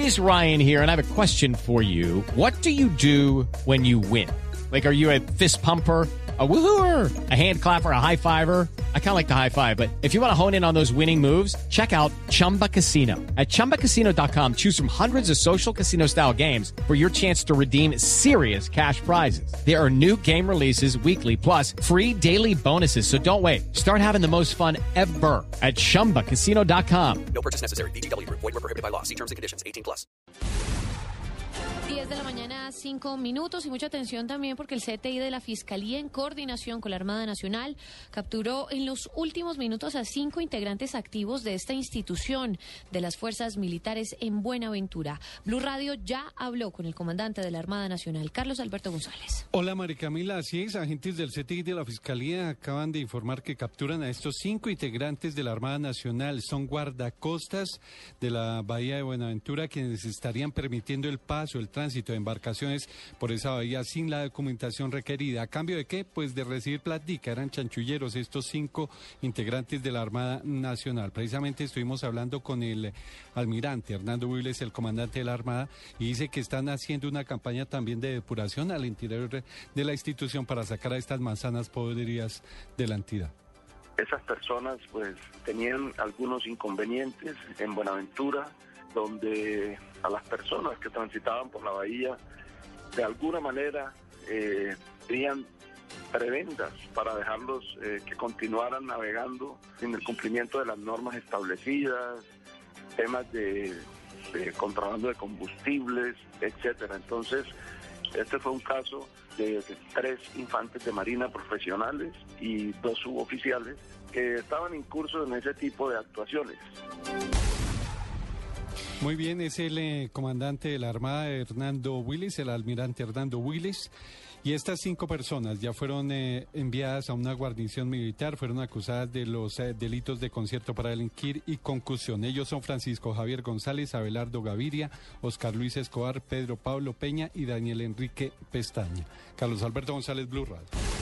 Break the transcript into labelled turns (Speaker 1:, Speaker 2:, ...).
Speaker 1: is Ryan here, and I have a question for you. What do you do when you win? Like, are you a fist pumper, a woohooer, a hand clapper, a high fiver? I kind of like the high five, but if you want to hone in on those winning moves, check out Chumba Casino. At ChumbaCasino.com, choose from hundreds of social casino-style games for your chance to redeem serious cash prizes. There are new game releases weekly, plus free daily bonuses. So don't wait. Start having the most fun ever at ChumbaCasino.com.
Speaker 2: No purchase necessary. VGW Group. Void where prohibited by law. See terms and conditions. 18+.
Speaker 3: 10 de la mañana, 5 minutos, y mucha atención también porque el CTI de la Fiscalía, en coordinación con la Armada Nacional, capturó en los últimos minutos a 5 integrantes activos de esta institución de las fuerzas militares en Buenaventura. Blue Radio ya habló con el comandante de la Armada Nacional, Carlos Alberto González.
Speaker 4: Hola, María Camila. Así es, agentes del CTI de la Fiscalía acaban de informar que capturan a estos 5 integrantes de la Armada Nacional. Son guardacostas de la Bahía de Buenaventura, quienes estarían permitiendo el paso, el tránsito de embarcaciones por esa bahía sin la documentación requerida. ¿A cambio de qué? Pues de recibir plática. Eran chanchulleros estos 5 integrantes de la Armada Nacional. Precisamente estuvimos hablando con el almirante Hernando Willes, el comandante de la Armada, y dice que están haciendo una campaña también de depuración al interior de la institución para sacar a estas manzanas podridas de la entidad.
Speaker 5: Esas personas pues tenían algunos inconvenientes en Buenaventura, donde a las personas que transitaban por la bahía de alguna manera tenían prebendas para dejarlos que continuaran navegando sin el cumplimiento de las normas establecidas, temas de contrabando de combustibles, etcétera. Entonces, este fue un caso de 3 infantes de marina profesionales y 2 suboficiales que estaban incursos en ese tipo de actuaciones.
Speaker 4: Muy bien, es el comandante de la Armada, Hernando Willes, el almirante Hernando Willes. Y estas 5 personas ya fueron enviadas a una guarnición militar, fueron acusadas de los delitos de concierto para delinquir y concusión. Ellos son Francisco Javier González, Abelardo Gaviria, Oscar Luis Escobar, Pedro Pablo Peña y Daniel Enrique Pestaña. Carlos Alberto González, Blue Radio.